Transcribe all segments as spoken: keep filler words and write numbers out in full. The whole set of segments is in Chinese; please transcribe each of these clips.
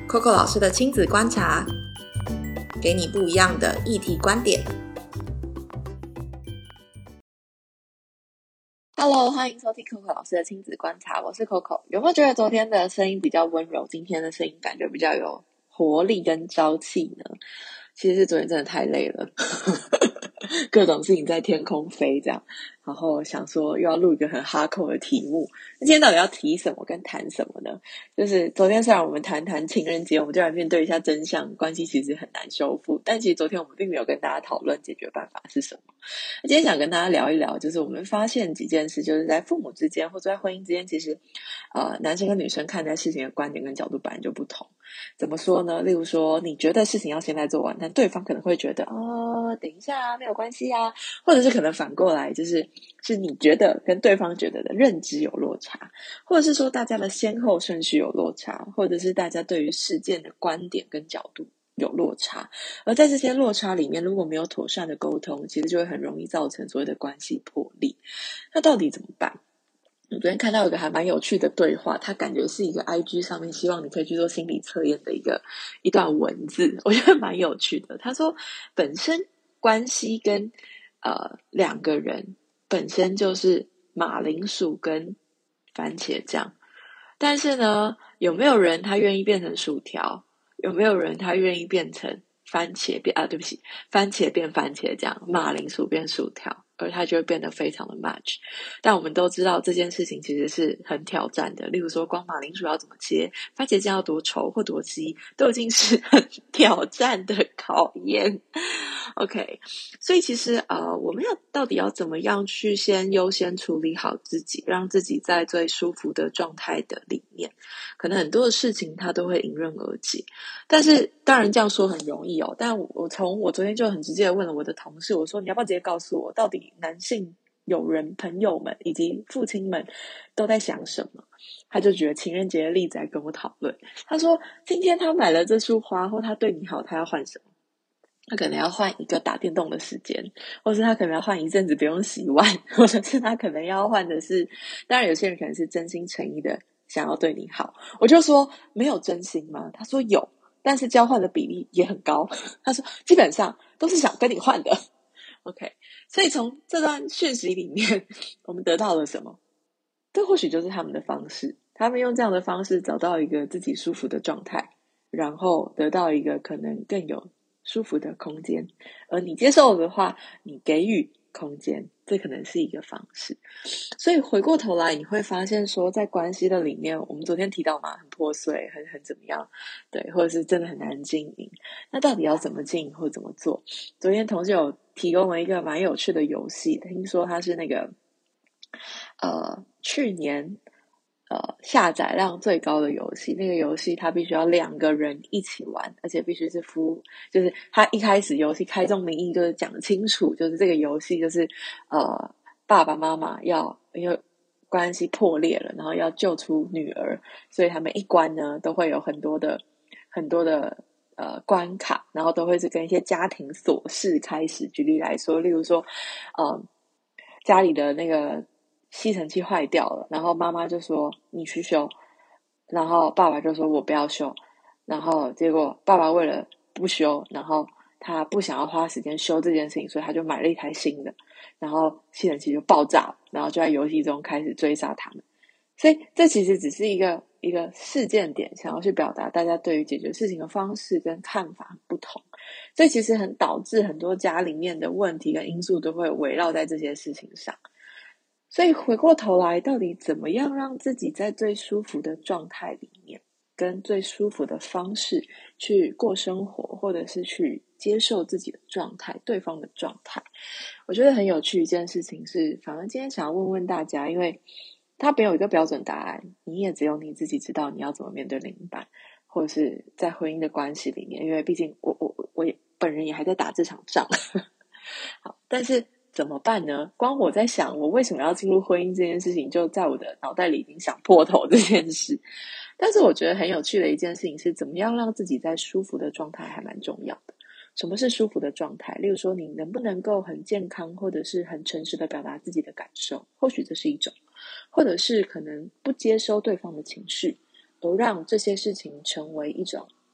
Coco 老师的亲子观察，给你不一样的议题观点。Hello， 欢迎收听 Coco 老师的亲子观察，我是 Coco。有没有觉得昨天的声音比较温柔，今天的声音感觉比较有活力跟朝气呢？其实是昨天真的太累了各种事情在天空飞这样，然后想说又要录一个很哈扣的题目，那今天到底要提什么跟谈什么呢？就是昨天虽然我们谈谈情人节，我们就来面对一下真相，关系其实很难修复，但其实昨天我们并没有跟大家讨论解决办法是什么。今天想跟大家聊一聊，就是我们发现几件事，就是在父母之间或者在婚姻之间，其实呃，男生跟女生看待事情的观点跟角度本来就不同。怎么说呢？例如说你觉得事情要现在做完，但对方可能会觉得哦，等一下没有关系啊，或者是可能反过来，就是是你觉得跟对方觉得的认知有落差，或者是说大家的先后顺序有落差，或者是大家对于事件的观点跟角度有落差。而在这些落差里面，如果没有妥善的沟通，其实就会很容易造成所谓的关系破裂。那到底怎么办？我昨天看到一个还蛮有趣的对话，它感觉是一个 I G 上面希望你可以去做心理测验的一个一段文字，我觉得蛮有趣的。他说本身关系跟呃两个人本身就是马铃薯跟番茄酱，但是呢，有没有人他愿意变成薯条？有没有人他愿意变成番茄变啊？对不起，番茄变番茄酱，马铃薯变薯条，而它就会变得非常的 match。但我们都知道这件事情其实是很挑战的，例如说光马铃薯要怎么切，番茄酱要多稠或多稀，都已经是很挑战的考验。OK， 所以其实呃，我们要到底要怎么样去先优先处理好自己，让自己在最舒服的状态的里面，可能很多的事情它都会迎刃而解。但是当然这样说很容易哦，但我从我昨天就很直接的问了我的同事，我说你要不要直接告诉我，到底男性友人朋友们以及父亲们都在想什么？他就举了情人节的例子来跟我讨论。他说今天他买了这束花，或他对你好，他要换什么？他可能要换一个打电动的时间，或是他可能要换一阵子不用洗碗，或者是他可能要换的是，当然有些人可能是真心诚意的想要对你好。我就说没有真心吗？他说有，但是交换的比例也很高。他说基本上都是想跟你换的。OK， 所以从这段讯息里面，我们得到了什么？这或许就是他们的方式，他们用这样的方式找到一个自己舒服的状态，然后得到一个可能更有舒服的空间。而你接受的话，你给予空间，这可能是一个方式。所以回过头来你会发现说，在关系的里面，我们昨天提到嘛，很破碎，很很怎么样，对，或者是真的很难经营。那到底要怎么经营或怎么做？昨天同事有提供了一个蛮有趣的游戏，听说它是那个呃去年呃下载量最高的游戏。那个游戏它必须要两个人一起玩，而且必须是夫，就是它一开始游戏开宗明义就是讲清楚，就是这个游戏就是呃爸爸妈妈要因为关系破裂了，然后要救出女儿，所以他们一关呢都会有很多的很多的呃关卡，然后都会是跟一些家庭琐事开始。举例来说，例如说呃家里的那个吸尘器坏掉了，然后妈妈就说你去修，然后爸爸就说我不要修，然后结果爸爸为了不修，然后他不想要花时间修这件事情，所以他就买了一台新的，然后吸尘器就爆炸了，然后就在游戏中开始追杀他们。所以这其实只是一个一个事件点，想要去表达大家对于解决事情的方式跟看法很不同，所以其实很导致很多家里面的问题跟因素都会围绕在这些事情上。所以回过头来，到底怎么样让自己在最舒服的状态里面，跟最舒服的方式去过生活，或者是去接受自己的状态，对方的状态。我觉得很有趣一件事情是，反而今天想要问问大家，因为他没有一个标准答案，你也只有你自己知道你要怎么面对另一半，或者是在婚姻的关系里面，因为毕竟我我我也本人也还在打这场仗。好，但是怎么办呢？光我在想我为什么要进入婚姻这件事情，就在我的脑袋里已经想破头这件事。但是我觉得很有趣的一件事情是，怎么样让自己在舒服的状态还蛮重要的。什么是舒服的状态？例如说你能不能够很健康或者是很诚实的表达自己的感受，或许这是一种，或者是可能不接收对方的情绪，而让这些事情成为一种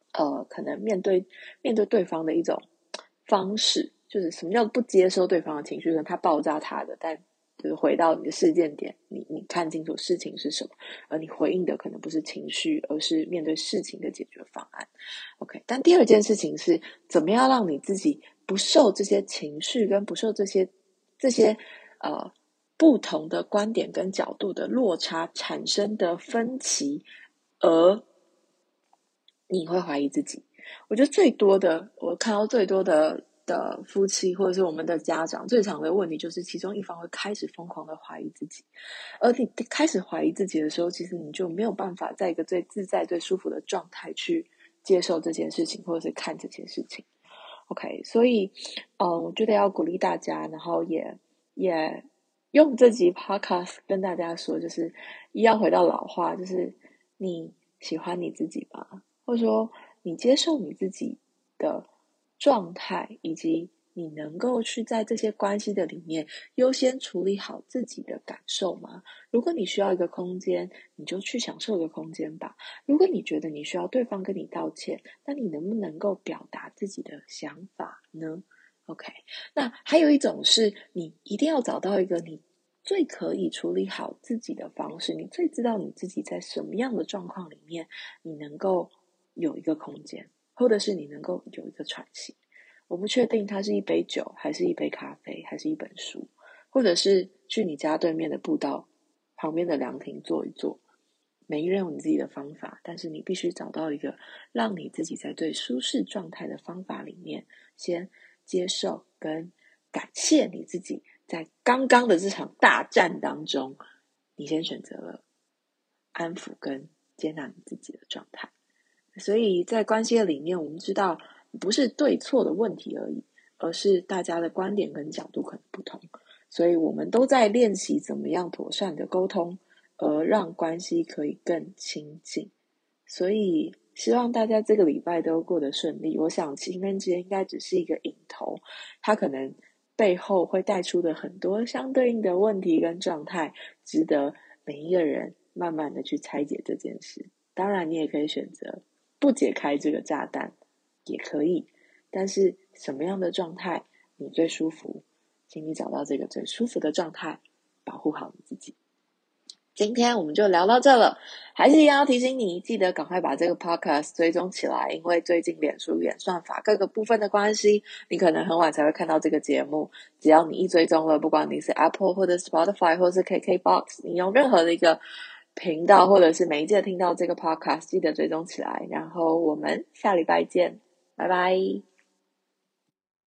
呃，可能面对面对对方的一种方式，就是什么叫不接受对方的情绪，跟他爆炸他的，但就是回到你的事件点，你你看清楚事情是什么，而你回应的可能不是情绪，而是面对事情的解决方案。OK， 但第二件事情是怎么样让你自己不受这些情绪跟不受这些这些呃不同的观点跟角度的落差产生的分歧，而你会怀疑自己。我觉得最多的，我看到最多的的夫妻或者是我们的家长，最常的问题就是其中一方会开始疯狂的怀疑自己，而你开始怀疑自己的时候，其实你就没有办法在一个最自在、最舒服的状态去接受这件事情，或者是看这件事情。OK， 所以，嗯，我觉得要鼓励大家，然后也也用这集 Podcast 跟大家说，就是一样回到老话，就是你喜欢你自己吗？或者说你接受你自己的状态，以及你能够去在这些关系的里面优先处理好自己的感受吗？如果你需要一个空间，你就去享受一个空间吧。如果你觉得你需要对方跟你道歉，那你能不能够表达自己的想法呢？ OK， 那还有一种是你一定要找到一个你最可以处理好自己的方式，你最知道你自己在什么样的状况里面你能够有一个空间，或者是你能够有一个喘息。我不确定它是一杯酒，还是一杯咖啡，还是一本书，或者是去你家对面的步道旁边的凉亭坐一坐。每一个人有你自己的方法，但是你必须找到一个让你自己在最舒适状态的方法里面，先接受跟感谢你自己在刚刚的这场大战当中，你先选择了安抚跟接纳你自己的状态。所以在关系的里面，我们知道不是对错的问题而已，而是大家的观点跟角度可能不同，所以我们都在练习怎么样妥善的沟通，而让关系可以更亲近。所以希望大家这个礼拜都过得顺利。我想情人节应该只是一个引头，它可能背后会带出的很多相对应的问题跟状态，值得每一个人慢慢的去拆解这件事。当然你也可以选择不解开这个炸弹也可以，但是什么样的状态你最舒服，请你找到这个最舒服的状态，保护好你自己。今天我们就聊到这了，还是一样要提醒你，记得赶快把这个 podcast 追踪起来，因为最近脸书演算法各个部分的关系，你可能很晚才会看到这个节目，只要你一追踪了，不管你是 Apple 或者 Spotify 或是 K K B O X， 你用任何的一个频道或者是媒介听到这个 podcast， 记得追踪起来，然后我们下礼拜见，拜拜。